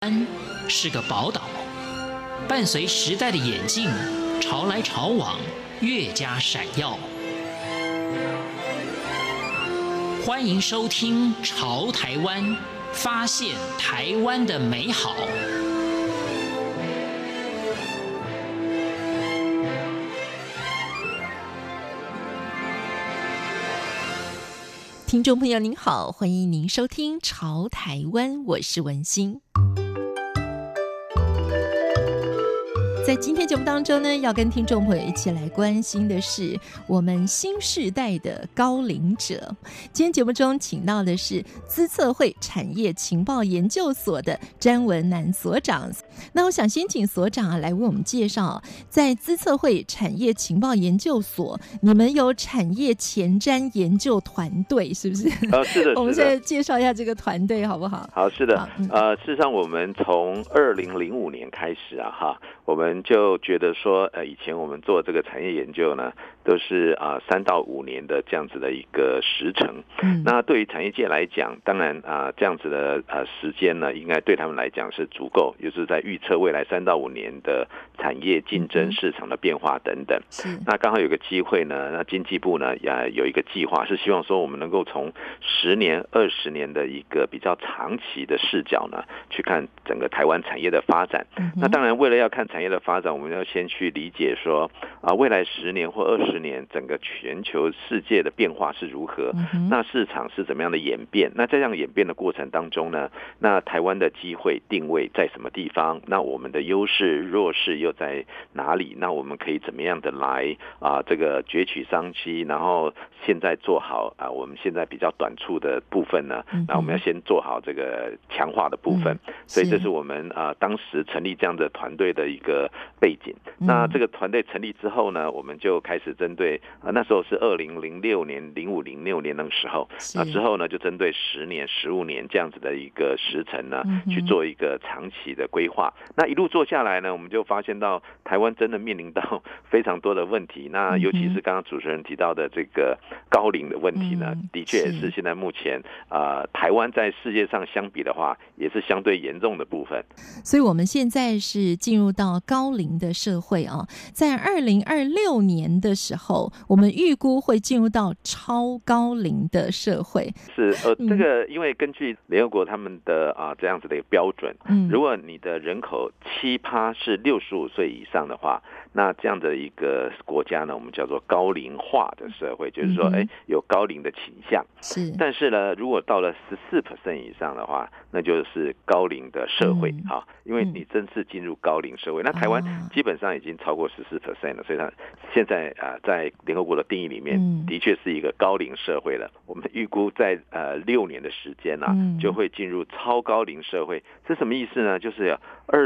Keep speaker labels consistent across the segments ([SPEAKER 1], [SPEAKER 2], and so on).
[SPEAKER 1] 是个宝岛，伴随时代的演进，潮来潮往，越加闪耀。欢迎收听《潮台湾》，发现台湾的美好。
[SPEAKER 2] 听众朋友您好，欢迎您收听《潮台湾》，我是文心。在今天节目当中呢，要跟听众朋友一起来关心的是我们新世代的高龄者。今天节目中请到的是资策会产业情报研究所的詹文男所长。那我想先请所长来为我们介绍，在资策会产业情报研究所，你们有产业前瞻研究团队，是不是？
[SPEAKER 3] 是的。
[SPEAKER 2] 我们现在介绍一下这个团队好不好？
[SPEAKER 3] 好，是的。事实上我们从2005年开始我们就觉得说，以前我们做这个产业研究呢，都是3到5年的这样子的一个时程。那对于产业界来讲，当然这样子的时间呢，应该对他们来讲是足够，就是在预测未来3到5年的产业竞争、市场的变化等等。那刚好有个机会呢，那经济部呢有一个计划，是希望说我们能够从10年、20年的一个比较长期的视角呢，去看整个台湾产业的发展。那当然，为了要看产业的发展，我们要先去理解说未来10年或20年整个全球世界的变化是如何，那市场是怎么样的演变，那在这样演变的过程当中呢，那台湾的机会定位在什么地方，那我们的优势弱势又在哪里，那我们可以怎么样的来这个攫取商机，然后现在做好我们现在比较短处的部分呢，那我们要先做好这个强化的部分。所以这是我们当时成立这样的团队的一个背景。那这个团队成立之后呢，我们就开始针对那时候是2006年、05、06年那个时候，那之后呢就针对10年、15年这样子的一个时程呢，去做一个长期的规划。那一路做下来呢，我们就发现到台湾真的面临到非常多的问题。那尤其是刚刚主持人提到的这个高龄的问题呢，的确也是现在目前台湾在世界上相比的话，也是相对严重的部分。
[SPEAKER 2] 所以我们现在是进入到高龄的社会在2026年的时候，我们预估会进入到超高龄的社会。
[SPEAKER 3] 是这个因为根据联合国他们的这样子的一个标准，如果你的人口7%是65岁以上的话，那这样的一个国家呢，我们叫做高龄化的社会，就是说有高龄的倾向。是，但是呢，如果到了14% 以上的话，那就是高龄的社会因为你正式进入高龄社会。那台湾基本上已经超过14% 了，所以它现在在联合国的定义里面，的确是一个高龄社会了。我们预估在6年的时间就会进入超高龄社会。这什么意思呢？就是有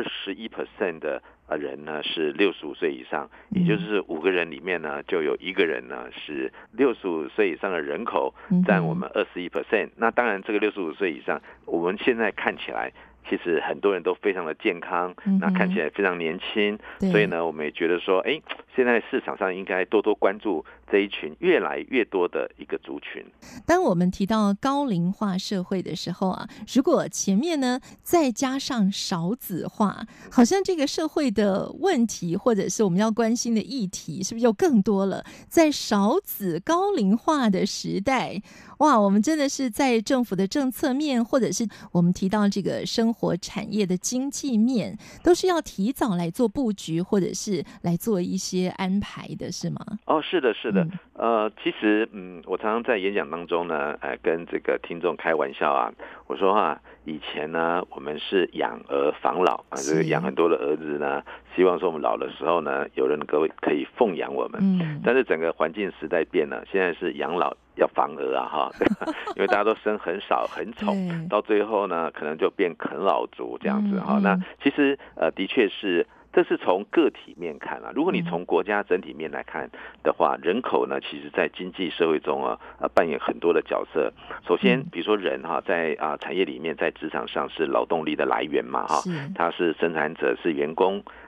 [SPEAKER 3] 21% 的人呢是65岁以上，也就是5个人里面呢就有1个人呢是65岁以上的人口，占我们21%。那当然这个65岁以上，我们现在看起来其实很多人都非常的健康，那看起来非常年轻，所以呢我们也觉得说现在市场上应该多多关注这一群越来越多的一个族群。
[SPEAKER 2] 当我们提到高龄化社会的时候如果前面呢再加上少子化，好像这个社会的问题或者是我们要关心的议题是不是就更多了？在少子高龄化的时代，我们真的是在政府的政策面，或者是我们提到这个生活产业的经济面，都是要提早来做布局，或者是来做一些安排的，是吗？
[SPEAKER 3] 是的，是的。其实我常常在演讲当中呢，跟这个听众开玩笑我说以前呢我们是养儿防老就是养很多的儿子呢，希望说我们老的时候呢有人可以奉养我们。但是整个环境时代变了，现在是养老要防儿因为大家都生很少很宠，到最后呢可能就变啃老族这样子那其实的确是这是从个体面看如果你从国家整体面来看的话，人口呢其实在经济社会中扮演很多的角色。首先比如说人在产业里面，在职场上是劳动力的来源嘛他是生产者，是员工。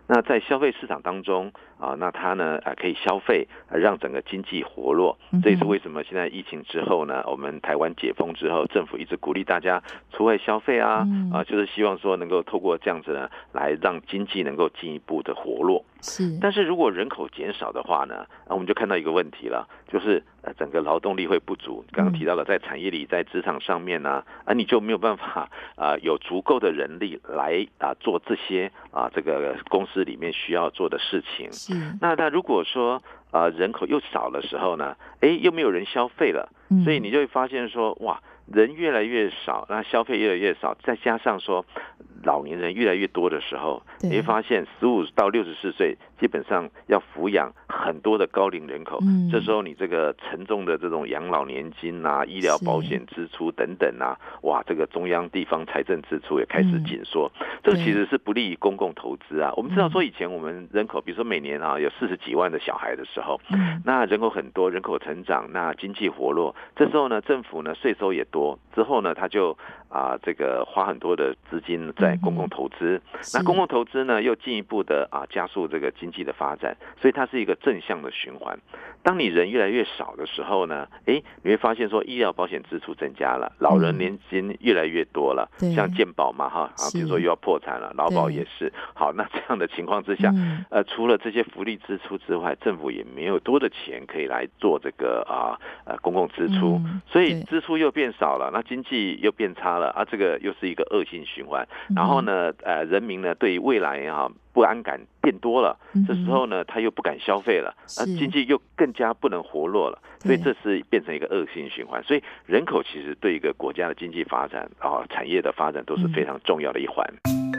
[SPEAKER 3] 那在消费市场当中那它呢可以消费，让整个经济活络。这也是为什么现在疫情之后呢，我们台湾解封之后，政府一直鼓励大家出外消费就是希望说能够透过这样子呢，来让经济能够进一步的活络。
[SPEAKER 2] 是，
[SPEAKER 3] 但是如果人口减少的话呢，我们就看到一个问题了，就是整个劳动力会不足。刚刚提到的，在产业里，在职场上面呢，你就没有办法有足够的人力来做这些这个公司里面需要做的事情。
[SPEAKER 2] 是，
[SPEAKER 3] 那如果说人口又少的时候呢，又没有人消费了，所以你就会发现说，哇，人越来越少，那消费越来越少，再加上说老年人越来越多的时候，你会发现15到64岁基本上要抚养很多的高龄人口，这时候你这个沉重的这种养老年金医疗保险支出等等哇，这个中央地方财政支出也开始紧缩，这个其实是不利于公共投资我们知道说以前我们人口比如说每年有40几万的小孩的时候，那人口很多，人口成长，那经济活络，这时候呢政府呢税收也多，之后呢他就这个花很多的资金在公共投资，那公共投资呢又进一步的加速这个经济的发展，所以它是一个正向的循环。当你人越来越少的时候呢，你会发现说医疗保险支出增加了，老人年金越来越多了，像健保嘛比如说又要破产了，劳保也是。好，那这样的情况之下，除了这些福利支出之外，政府也没有多的钱可以来做这个公共支出，所以支出又变少了，那经济又变差了这个又是一个恶性循环。然后呢人民呢对未来不安感变多了，这时候呢他又不敢消费了，经济又更加不能活络了，所以这是变成一个恶性循环。所以人口其实对一个国家的经济发展产业的发展都是非常重要的一环。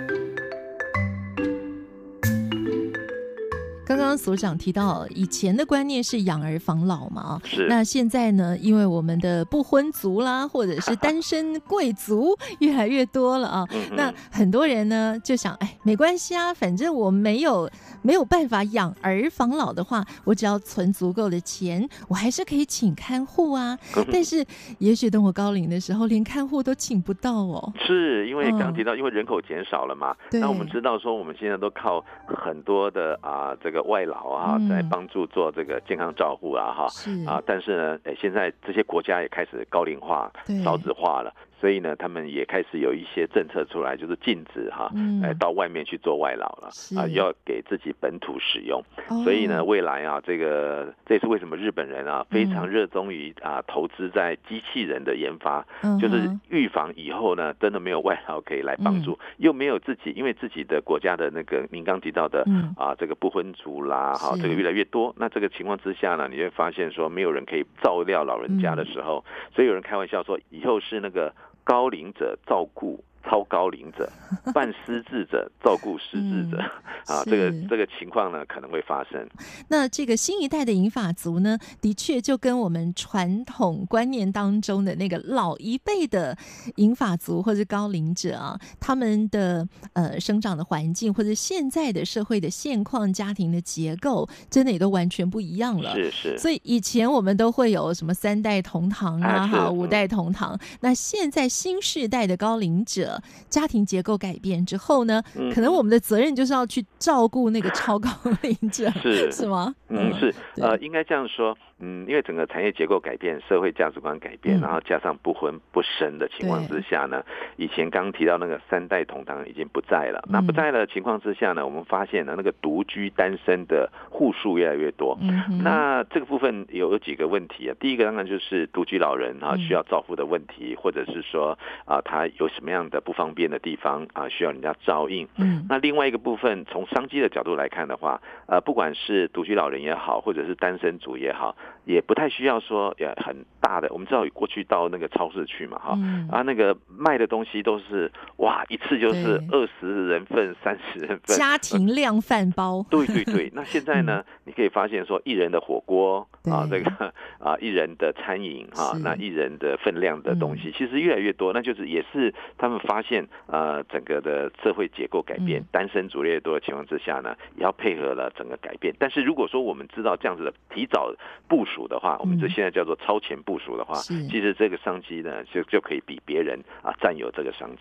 [SPEAKER 2] 刚刚所长提到以前的观念是养儿防老嘛，
[SPEAKER 3] 是。
[SPEAKER 2] 那现在呢，因为我们的不婚族啦，或者是单身贵族越来越多了那很多人呢就想，没关系反正我没有办法养儿防老的话，我只要存足够的钱，我还是可以请看护但是也许等我高龄的时候，连看护都请不到
[SPEAKER 3] 是因为刚刚提到，因为人口减少了嘛，那我们知道说我们现在都靠很多的这个外劳在帮助做这个健康照护但是呢现在这些国家也开始高龄化、少子化了，所以呢他们也开始有一些政策出来，就是禁止到外面去做外劳了要给自己本土使用。所以呢未来这也是为什么日本人非常热衷于投资在机器人的研发，就是预防以后呢真的没有外劳可以来帮助，又没有因为自己的国家的那个您刚提到的这个不婚族啦这个越来越多，那这个情况之下呢，你会发现说没有人可以照料老人家的时候，所以有人开玩笑说以后是那个高龄者照顾超高龄者，半失智者照顾失智者这个情况呢可能会发生。
[SPEAKER 2] 那这个新一代的银发族呢，的确就跟我们传统观念当中的那个老一辈的银发族或者高龄者他们的生长的环境或者现在的社会的现况、家庭的结构，真的也都完全不一样了。
[SPEAKER 3] 是。
[SPEAKER 2] 所以以前我们都会有什么3代同堂5代同堂，那现在新世代的高龄者家庭结构改变之后呢，可能我们的责任就是要去照顾那个超高龄者，是吗？
[SPEAKER 3] 是应该这样说。因为整个产业结构改变，社会价值观改变，然后加上不婚不生的情况之下呢，以前刚提到那个3代同堂已经不在了。那不在的情况之下呢，我们发现呢那个独居单身的户数越来越多。那这个部分有几个问题第一个当然就是独居老人需要照顾的问题，或者是说他有什么样的不方便的地方需要人家照应。那另外一个部分从商机的角度来看的话，不管是独居老人也好，或者是单身族也好，也不太需要说很大的。我们知道过去到那个超市去嘛那个卖的东西都是哇一次就是20人份30人份
[SPEAKER 2] 家庭量饭包
[SPEAKER 3] 对那现在呢你可以发现说1人的火锅这个1人的餐饮那1人的分量的东西其实越来越多，那就是也是他们发现整个的社会结构改变，单身族越来越多的情况之下呢，也要配合了整个改变。但是如果说我们知道这样子的提早部署的话，我们这现在叫做超前部署的话，其实这个商机呢就可以比别人占有这个商机。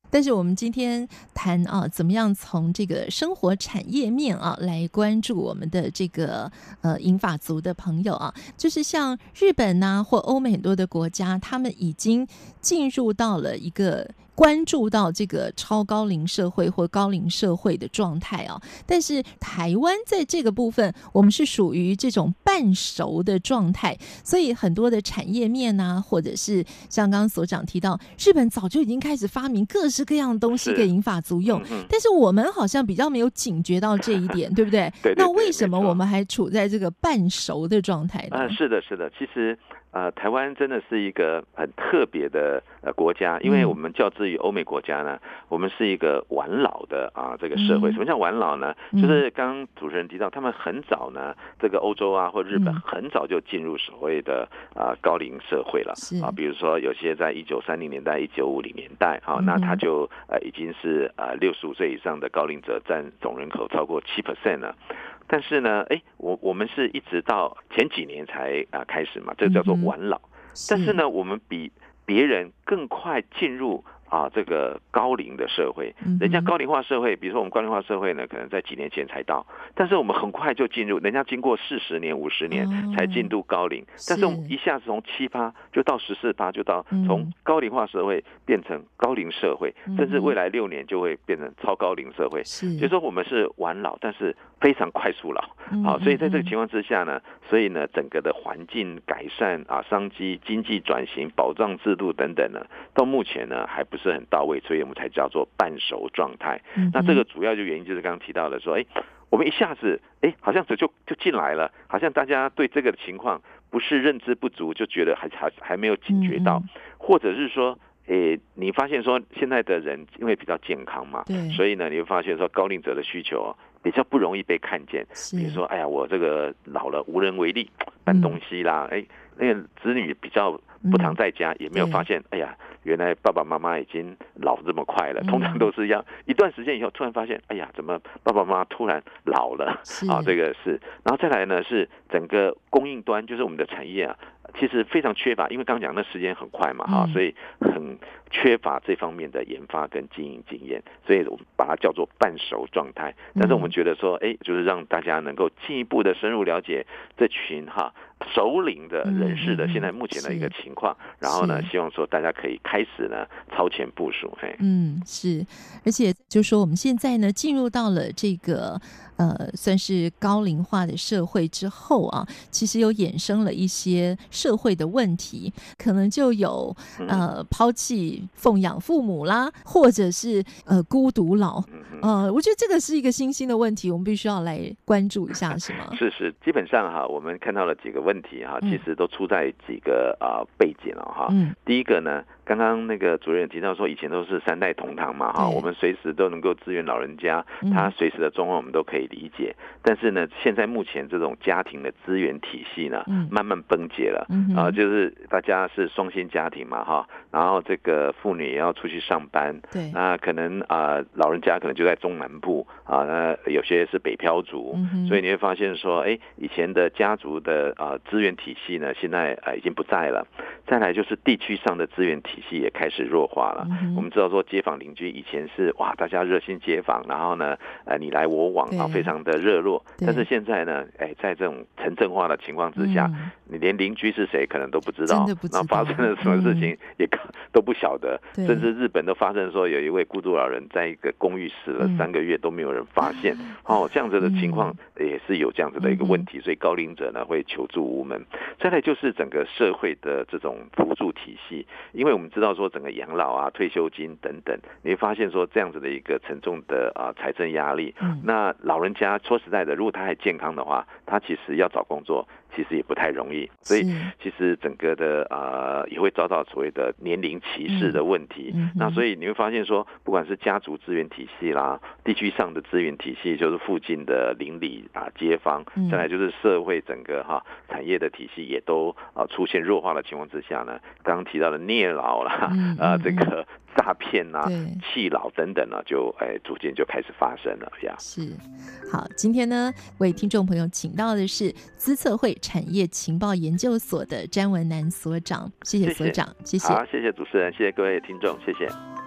[SPEAKER 2] 但是我们今天谈怎么样从这个生活产业面来关注我们的这个银发族的朋友就是像日本或欧美很多的国家，他们已经进入到了一个关注到这个超高龄社会或高龄社会的状态但是台湾在这个部分我们是属于这种半熟的状态，所以很多的产业面或者是像刚刚所长提到，日本早就已经开始发明各式各样的东西给银发族用，但是我们好像比较没有警觉到这一点，对不对？
[SPEAKER 3] 对，
[SPEAKER 2] 那为什么我们还处在这个半熟的状态呢？
[SPEAKER 3] 是的，其实台湾真的是一个很特别的国家，因为我们较之于欧美国家呢，我们是一个晚老的这个社会。什么叫晚老呢？就是刚刚主持人提到，他们很早呢，这个欧洲或日本很早就进入所谓的高龄社会了比如说有些在1930年代、1950年代那他就已经是65岁以上的高龄者占总人口超过 7% 了。但是呢，我们是一直到前几年才开始嘛，这个叫做晚老。但是呢，我们比别人更快进入这个高龄的社会。人家高龄化社会，比如说我们高龄化社会呢，可能在几年前才到，但是我们很快就进入，人家经过40年、50年才进入高龄，但是我们一下子从7%就到14%，就到从高龄化社会变成高龄社会，甚至未来6年就会变成超高龄社会。所以说我们是晚老，但是非常快速老。所以在这个情况之下呢，所以呢，整个的环境改善商机、经济转型、保障制度等等呢，到目前呢还不是很到位，所以我们才叫做半熟状态。那这个主要就原因就是刚刚提到的说，我们一下子好像就进来了，好像大家对这个情况不是认知不足，就觉得还没有警觉到，或者是说你发现说现在的人因为比较健康嘛，所以呢你会发现说高龄者的需求比较不容易被看见。比如说我这个老了无人为力搬东西啦，那个子女比较不常在家，也没有发现原来爸爸妈妈已经老这么快了。通常都是要一段时间以后突然发现怎么爸爸妈妈突然老了这个是。然后再来呢是整个供应端，就是我们的产业其实非常缺乏，因为刚讲那时间很快嘛所以很缺乏这方面的研发跟经营经验，所以我们把它叫做半熟状态。但是我们觉得说就是让大家能够进一步的深入了解这群熟龄的人士的现在目前的一个情况，然后呢希望说大家可以开始呢超前部署。
[SPEAKER 2] 是，而且就是说我们现在呢进入到了这个算是高龄化的社会之后其实有衍生了一些社会的问题，可能就有抛弃奉养父母啦，或者是孤独老。我觉得这个是一个新兴的问题，我们必须要来关注一下，是吗？
[SPEAKER 3] 是，基本上我们看到了几个问题其实都出在几个背景第一个呢，刚刚那个主任提到说以前都是3代同堂嘛我们随时都能够支援老人家，他随时的状况我们都可以理解。但是呢现在目前这种家庭的资源体系呢慢慢崩解了就是大家是双薪家庭嘛然后这个妇女也要出去上班，那可能老人家可能就在中南部那有些是北漂族所以你会发现说以前的家族的资源体系呢现在已经不在了。再来就是地区上的资源体系也开始弱化了我们知道说街坊邻居以前是大家热心街坊，然后呢你来我往非常的热络。但是现在呢在这种城镇化的情况之下你连邻居是谁可能都不知道，那发生了什么事情也都不晓得。甚至日本都发生说有一位孤独老人在一个公寓死了3个月都没有人发现这样子的情况也是有这样子的一个问题，所以高龄者呢会求助无门。再来就是整个社会的这种辅助体系，因为我们知道说整个养老退休金等等，你会发现说这样子的一个沉重的财政压力那老人家说实在的，如果他还健康的话，他其实要找工作其实也不太容易，所以其实整个的也会遭到所谓的年龄歧视的问题那所以你会发现说不管是家族资源体系啦，地区上的资源体系，就是附近的邻里街坊再来就是社会整个产业的体系也都出现弱化的情况之下呢，刚刚提到的虐老啦这个诈骗弃老等等呢就逐渐就开始发生了
[SPEAKER 2] 是。好，今天呢为听众朋友请到的是资策会产业情报研究所的詹文男所长，谢谢所长。谢谢。
[SPEAKER 3] 好，谢谢主持人，谢谢各位听众，谢谢。